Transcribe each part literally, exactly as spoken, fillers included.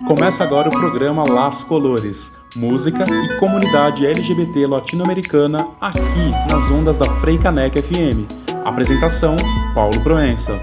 Começa agora o programa Las Colores, música e comunidade L G B T latino-americana aqui nas ondas da Frei Caneca F M. Apresentação, Paulo Proença.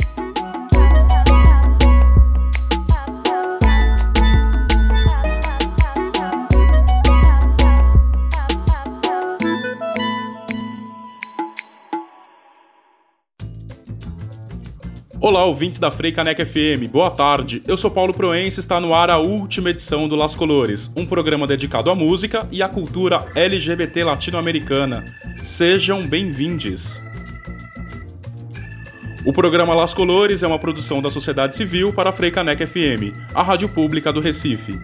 Olá, ouvintes da Frei Caneca F M, boa tarde. Eu sou Paulo Proença e está no ar a última edição do Las Colores, um programa dedicado à música e à cultura L G B T latino-americana. Sejam bem-vindos. O programa Las Colores é uma produção da sociedade civil para a Frei Caneca F M, a rádio pública do Recife.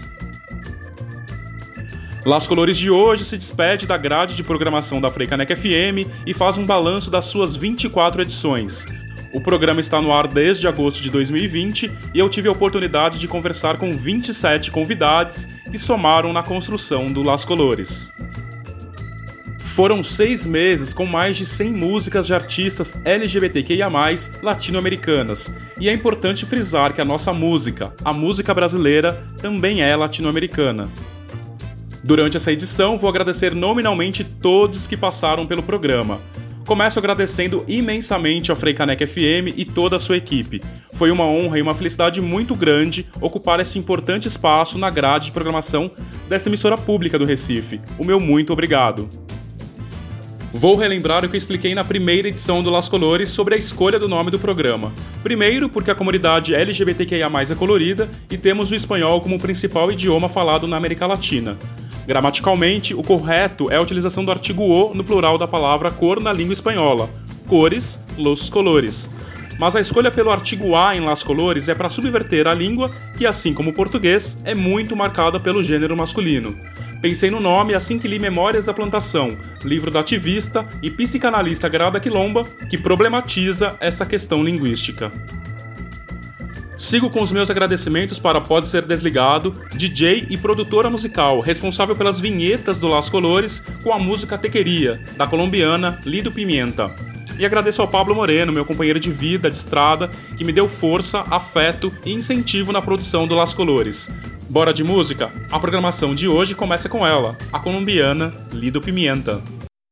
Las Colores de hoje se despede da grade de programação da Frei Caneca F M e faz um balanço das suas vinte e quatro edições. O programa está no ar desde agosto de dois mil e vinte e eu tive a oportunidade de conversar com vinte e sete convidados que somaram na construção do Las Colores. Foram seis meses com mais de cem músicas de artistas L G B T Q I A mais, latino-americanas, e é importante frisar que a nossa música, a música brasileira, também é latino-americana. Durante essa edição, vou agradecer nominalmente todos que passaram pelo programa. Começo agradecendo imensamente a Frei Caneca F M e toda a sua equipe. Foi uma honra e uma felicidade muito grande ocupar esse importante espaço na grade de programação dessa emissora pública do Recife. O meu muito obrigado. Vou relembrar o que eu expliquei na primeira edição do Las Colores sobre a escolha do nome do programa. Primeiro, porque a comunidade L G B T Q I A mais, é colorida e temos o espanhol como principal idioma falado na América Latina. Gramaticalmente, o correto é a utilização do artigo o no plural da palavra cor na língua espanhola, cores, los colores. Mas a escolha pelo artigo a em Las Colores é para subverter a língua, que assim como o português, é muito marcada pelo gênero masculino. Pensei no nome assim que li Memórias da Plantação, livro da ativista e psicanalista Grada Quilomba, que problematiza essa questão linguística. Sigo com os meus agradecimentos para Pode Ser Desligado, D J e produtora musical, responsável pelas vinhetas do Las Colores com a música Tequeria, da colombiana Lido Pimienta. E agradeço ao Pablo Moreno, meu companheiro de vida, de estrada, que me deu força, afeto e incentivo na produção do Las Colores. Bora de música? A programação de hoje começa com ela, a colombiana Lido Pimienta.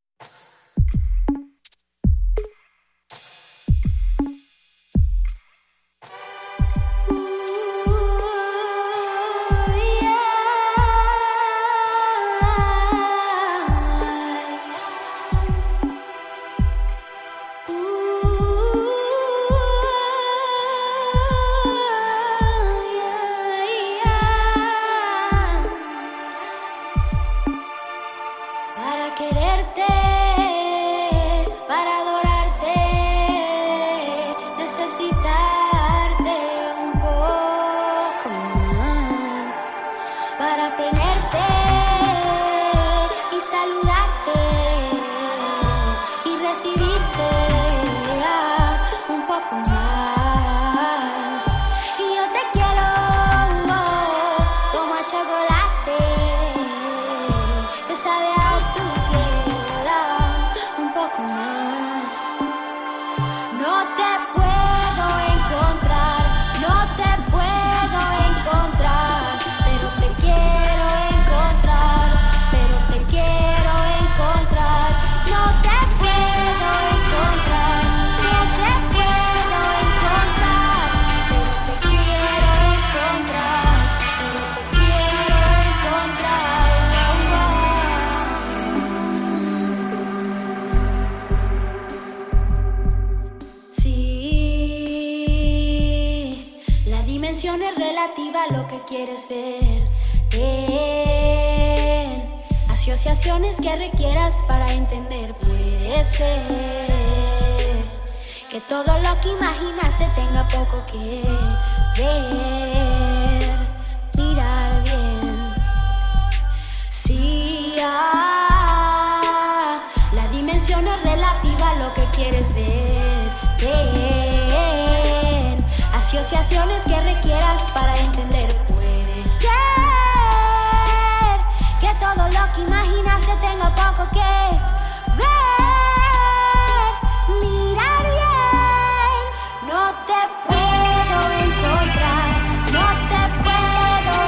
Quieres ver, ten asociaciones que requieras para entender. Puede ser que todo lo que imaginaste tenga poco que ver. Mirar bien, sí, ah, la dimensión es relativa a lo que quieres ver. Ten asociaciones que requieras para entender. Ser que todo lo que imaginas se tenga poco que ver, mirar bien, no te puedo encontrar, no te puedo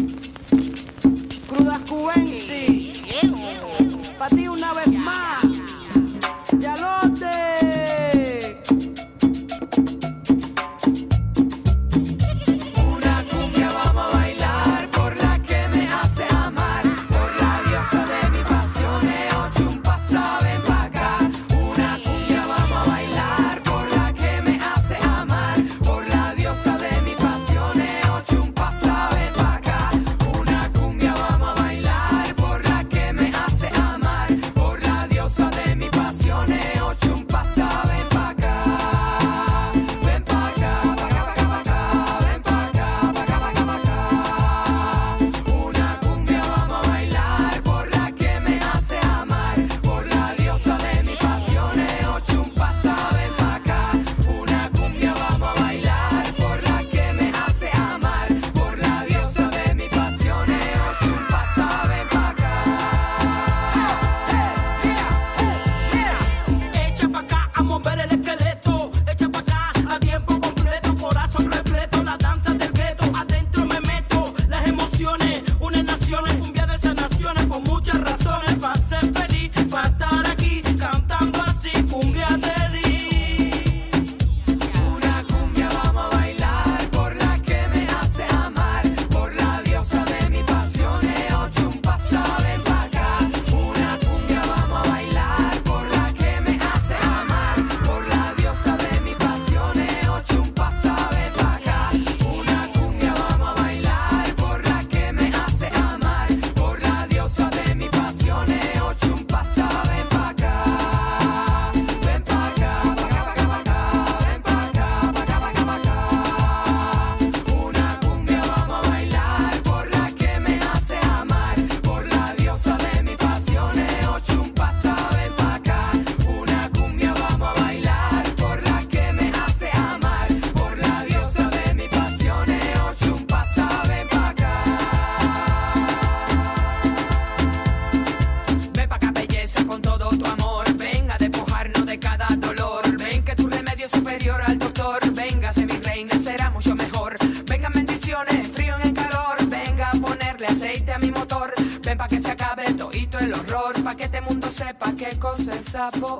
Sabor.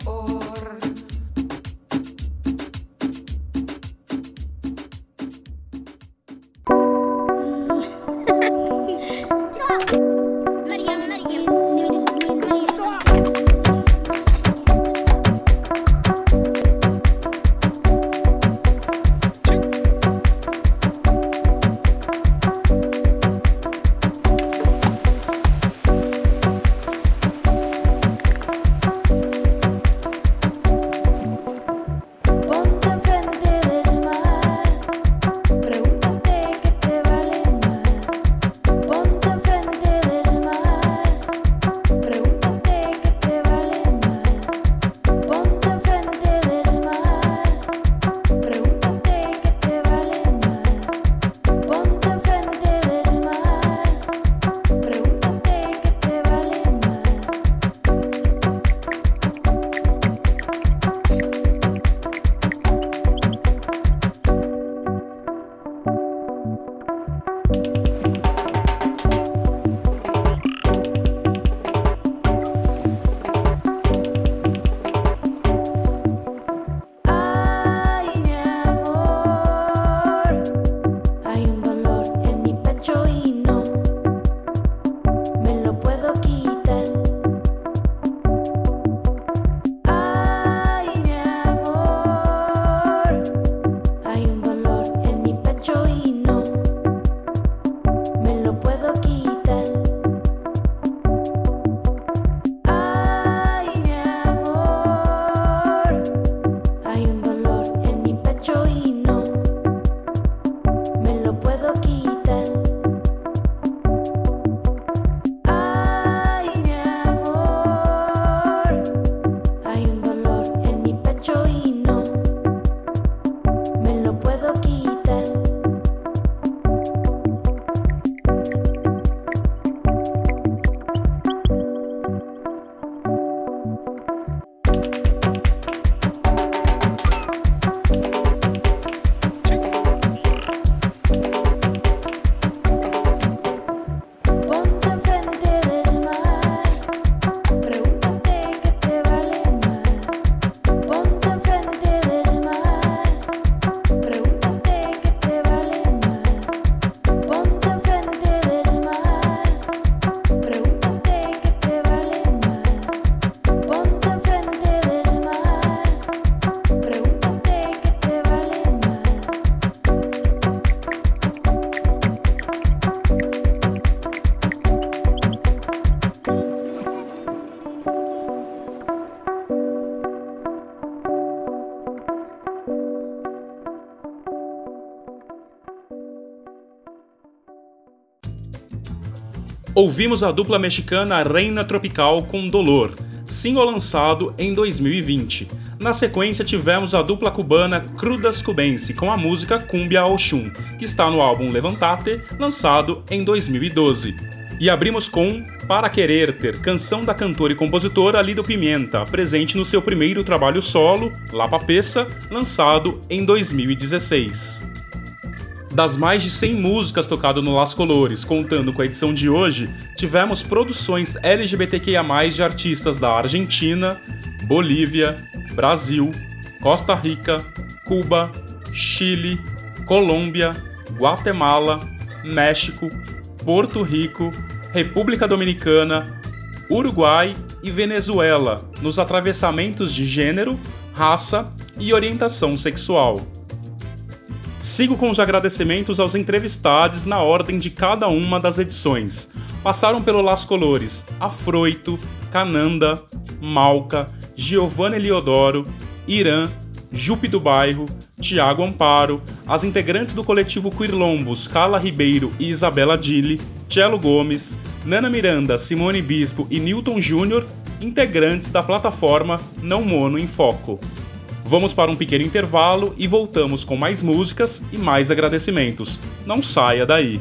Ouvimos a dupla mexicana Reina Tropical com Dolor, single lançado em dois mil e vinte. Na sequência tivemos a dupla cubana Crudas Cubense com a música Cumbia Oxum, que está no álbum Levantate, lançado em dois mil e doze. E abrimos com Para Querer Ter, canção da cantora e compositora Lido Pimienta, presente no seu primeiro trabalho solo, La Papessa, lançado em dois mil e dezesseis. Das mais de cem músicas tocadas no Las Colores, contando com a edição de hoje, tivemos produções L G B T Q I A mais, de artistas da Argentina, Bolívia, Brasil, Costa Rica, Cuba, Chile, Colômbia, Guatemala, México, Porto Rico, República Dominicana, Uruguai e Venezuela, nos atravessamentos de gênero, raça e orientação sexual. Sigo com os agradecimentos aos entrevistados na ordem de cada uma das edições. Passaram pelo Las Colores Afroito, Cananda, Malca, Giovanna Eliodoro, Irã, Jupe do Bairro, Tiago Amparo, as integrantes do coletivo Quirlombos, Carla Ribeiro e Isabela Dille, Cello Gomes, Nana Miranda, Simone Bispo e Newton Júnior, integrantes da plataforma Não Mono em Foco. Vamos para um pequeno intervalo e voltamos com mais músicas e mais agradecimentos. Não saia daí!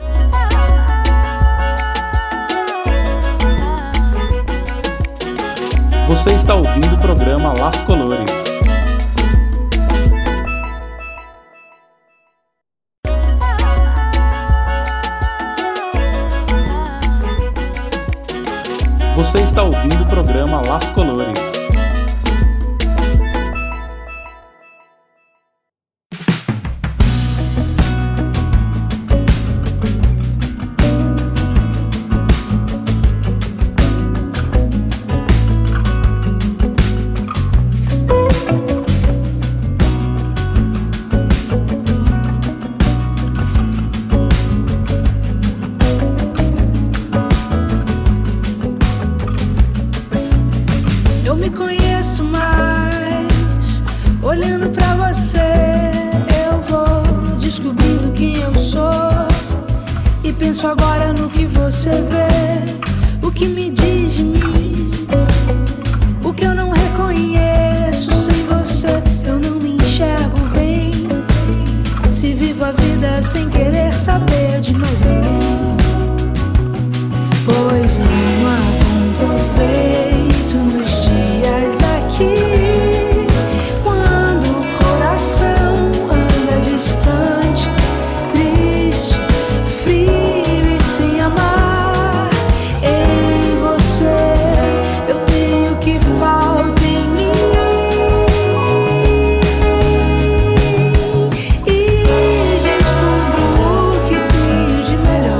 Você está ouvindo o programa Las Colores. Você está ouvindo o programa Las Colores. Melhor.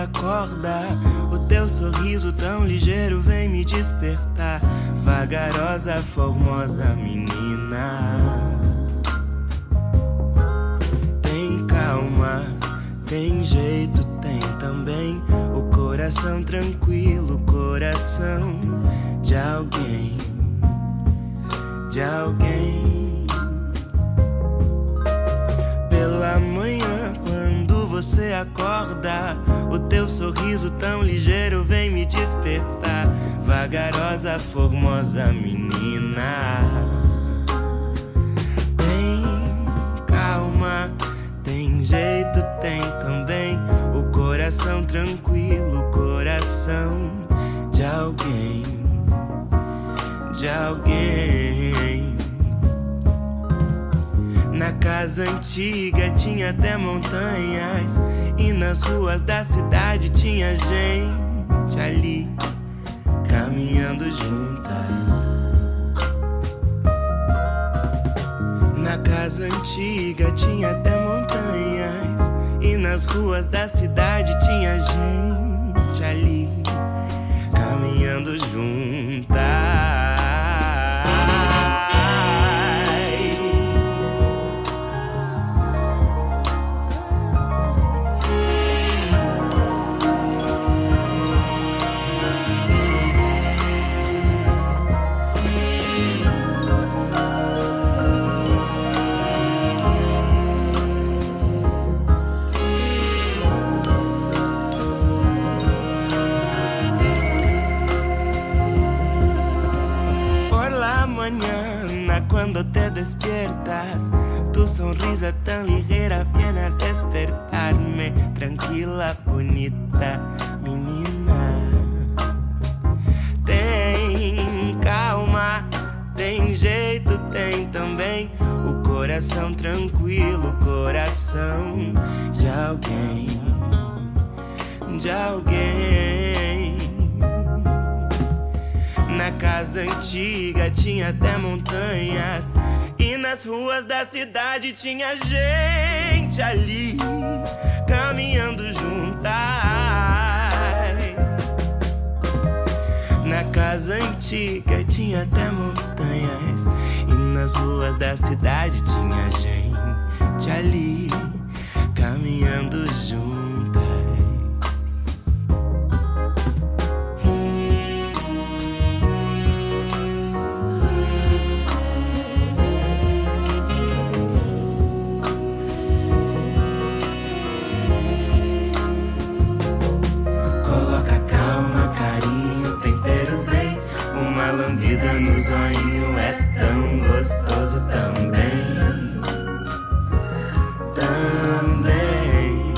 acorda, o teu sorriso tão ligeiro vem me despertar. Vagarosa, formosa menina, tem calma, tem jeito, tem também o coração tranquilo, coração de alguém, de alguém. Pela manhã, quando você acorda, o teu sorriso tão ligeiro vem me despertar. Vagarosa, formosa menina, tem calma, tem jeito, tem também o coração tranquilo, coração de alguém, de alguém. Na casa antiga tinha até montanhas, e nas ruas da cidade tinha gente ali caminhando juntas. Na casa antiga tinha até montanhas, e nas ruas da cidade tinha gente ali caminhando juntas. Cuando te despiertas, tu sonrisa tan ligera viene a despertarme. Tranquila, bonita menina, tem calma, tem jeito, tem também o coração tranquilo, coração de alguém, de alguém. Na casa antiga tinha até montanhas, e nas ruas da cidade tinha gente ali caminhando juntas. Na casa antiga tinha até montanhas, e nas ruas da cidade tinha gente ali caminhando juntas. No zoinho é tão gostoso também, também.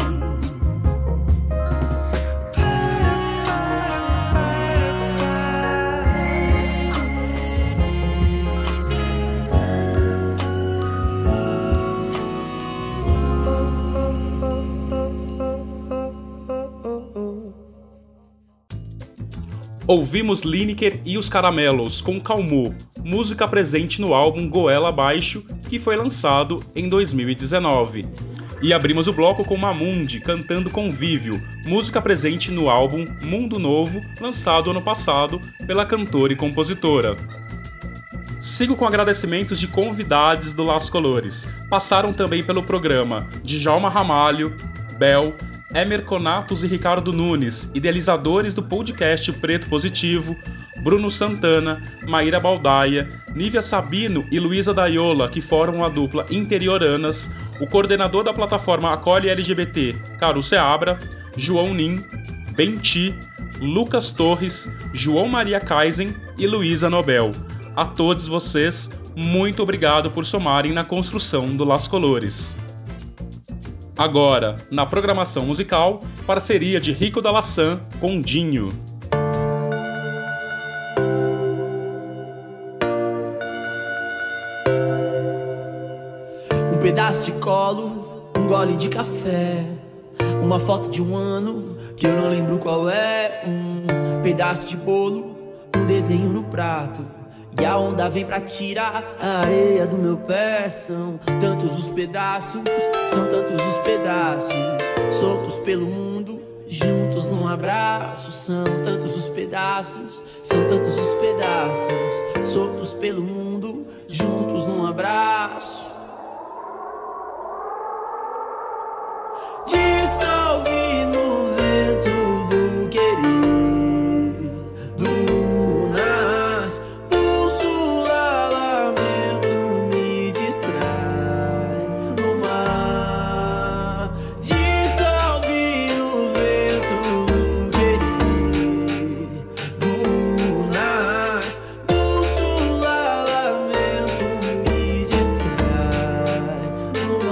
Ouvimos Lineker e os Caramelos com Calmou, música presente no álbum Goela Abaixo, que foi lançado em dois mil e dezenove. E abrimos o bloco com Mamundi cantando Convívio, música presente no álbum Mundo Novo, lançado ano passado pela cantora e compositora. Sigo com agradecimentos de convidados do Las Colores. Passaram também pelo programa Djalma Ramalho, Bel, Emer Conatos e Ricardo Nunes, idealizadores do podcast Preto Positivo, Bruno Santana, Maíra Baldaia, Nívia Sabino e Luísa Daiola, que formam a dupla Interioranas, o coordenador da plataforma Acolhe L G B T, Caru Seabra, João Nin, Benti, Lucas Torres, João Maria Kaisen e Luísa Nobel. A todos vocês, muito obrigado por somarem na construção do Las Colores. Agora, na programação musical, parceria de Rico da Laçã com Dinho. Um pedaço de colo, um gole de café, uma foto de um ano que eu não lembro qual é, um pedaço de bolo, um desenho no prato. E a onda vem pra tirar a areia do meu pé. São tantos os pedaços, são tantos os pedaços, soltos pelo mundo, juntos abraço. São tantos os pedaços, são tantos os pedaços, soltos pelo mundo, juntos num abraço. Dissolve no vento do querer, do nas, pulso, lamento, me distrai no mar. Dissolve no vento do querer, do nas, pulso, lamento, me distrai no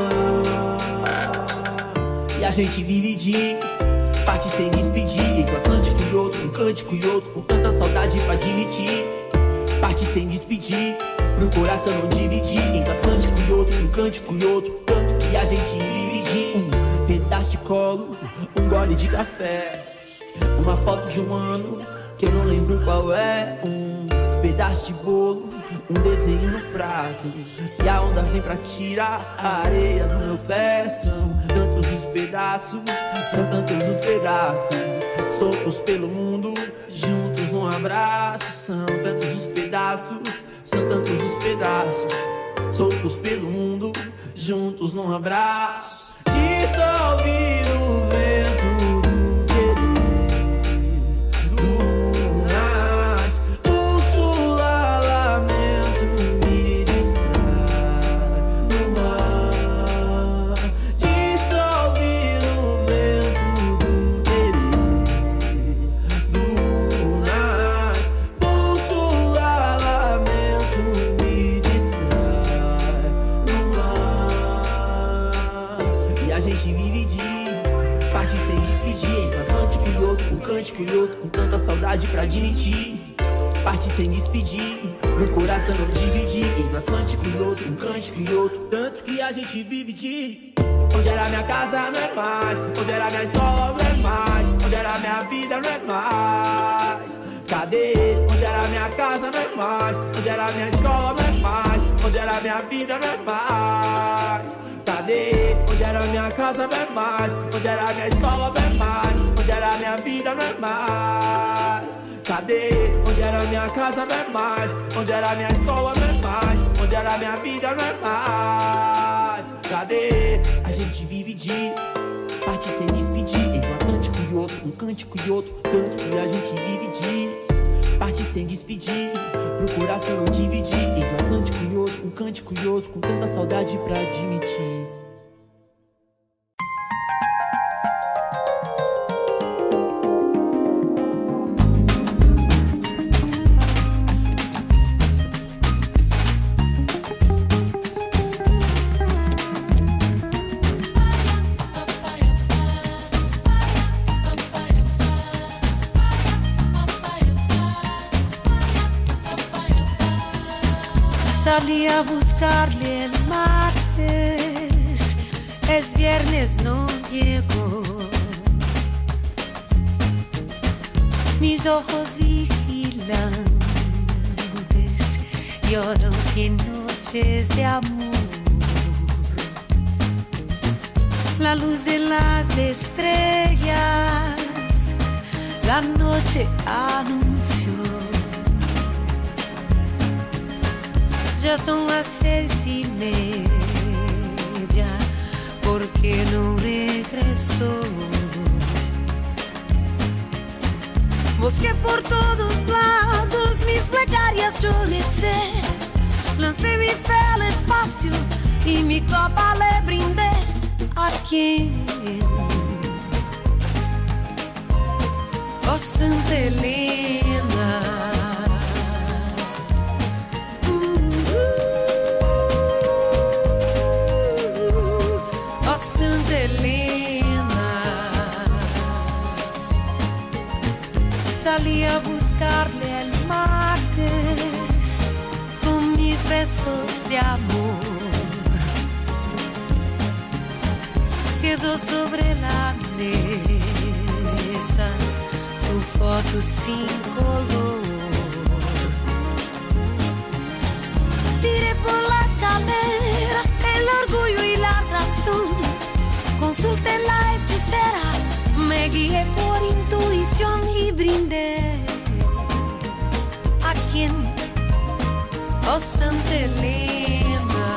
mar. E a gente vive de parte sem despedir, entre o Atlântico e outro, um cântico e outro, com tanta saudade pra admitir. Parte sem despedir, pro coração não dividir, entre o Atlântico e outro, um cântico e outro, tanto que a gente vive de um pedaço de colo, um gole de café, uma foto de um ano que eu não lembro qual é, um pedaço de bolo, um desenho no prato, e a onda vem pra tirar a areia do meu pé. São tantos os pedaços, são tantos os pedaços, soltos pelo mundo, juntos num abraço. São tantos os pedaços, são tantos os pedaços, soltos pelo mundo, juntos num abraço. Dissolve no vento do querer, do nas, pulso, lamento, me distrai no mar. Dissolve no vento do querer, do nas, pulso, lamento, me distrai no mar. E a gente vive de parte sem despedir, entre o Atlântico e outro, um cântico e outro, com tanta saudade pra admitir. Parte sem despedir, pro coração não dividir, entre o Atlântico e outro, um cântico e outro, tanto que a gente vive de onde era minha casa não é mais, onde era minha escola não é mais, onde era minha vida não é mais. Cadê? Onde era minha casa não é mais, onde era minha escola não é mais, onde era minha vida não é mais. Cadê? Onde era minha casa não é mais, onde era minha escola não é mais, onde era minha vida não é mais. Cadê? Onde era minha casa não é mais, onde era minha escola não é mais, onde era minha vida não é mais. Cadê? A gente vive de parte sem despedir, entre o Atlântico e outro, um cântico e outro, tanto que a gente vive de parte sem despedir, pro coração não dividir, entre o Atlântico e outro, um cântico e outro, com tanta saudade pra admitir. Salí a buscarle el martes, es viernes, no llegó. Mis ojos vigilantes lloran cien noches de amor. La luz de las estrellas, la noche anunció. Ya son las seis y media, porque no regresó. Busqué por todos lados, mis plegarias yo recé. Lancé mi fe al espacio y mi copa le brindé. ¿A quién? Oh, Santa Elena. Santa Elena. Salí a buscarle el martes con mis besos de amor. Quedó sobre la mesa su foto sin color. Tiré por la escalera el orgullo y la razón. Consulté la hechicera, me guié por intuición. ilusión y brindé a quien, oh Santa Elena.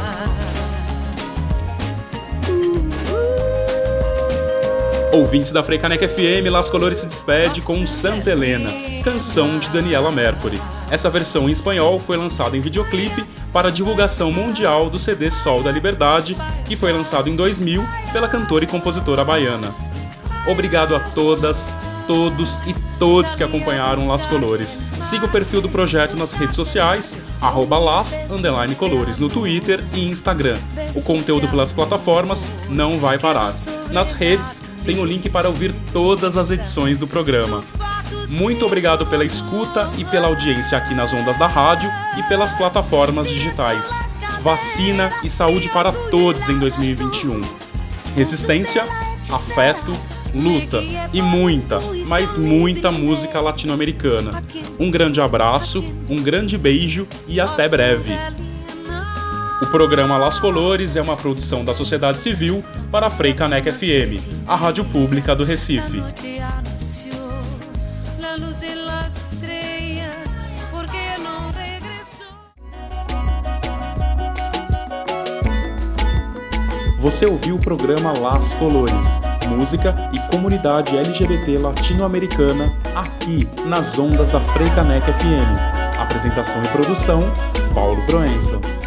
Uh, uh. Ouvintes da Freicaneca F M, Las Colores se despede com Santa Helena, canção de Daniela Mercury. Essa versão em espanhol foi lançada em videoclipe para a divulgação mundial do C D Sol da Liberdade, que foi lançado em dois mil pela cantora e compositora baiana. Obrigado a todas, todos e todos que acompanharam Las Colores. Siga o perfil do projeto nas redes sociais, arroba las, underline colores, no Twitter e Instagram. O conteúdo pelas plataformas não vai parar. Nas redes, tem o link para ouvir todas as edições do programa. Muito obrigado pela escuta e pela audiência aqui nas ondas da rádio e pelas plataformas digitais. Vacina e saúde para todos em dois mil e vinte e um. Resistência, afeto, luta e muita, mas muita música latino-americana. Um grande abraço, um grande beijo e até breve. O programa Las Colores é uma produção da sociedade civil para a Freicaneca F M, a rádio pública do Recife. Você ouviu o programa Las Colores, música e comunidade L G B T latino-americana, aqui nas ondas da Freicaneca F M. Apresentação e produção, Paulo Proença.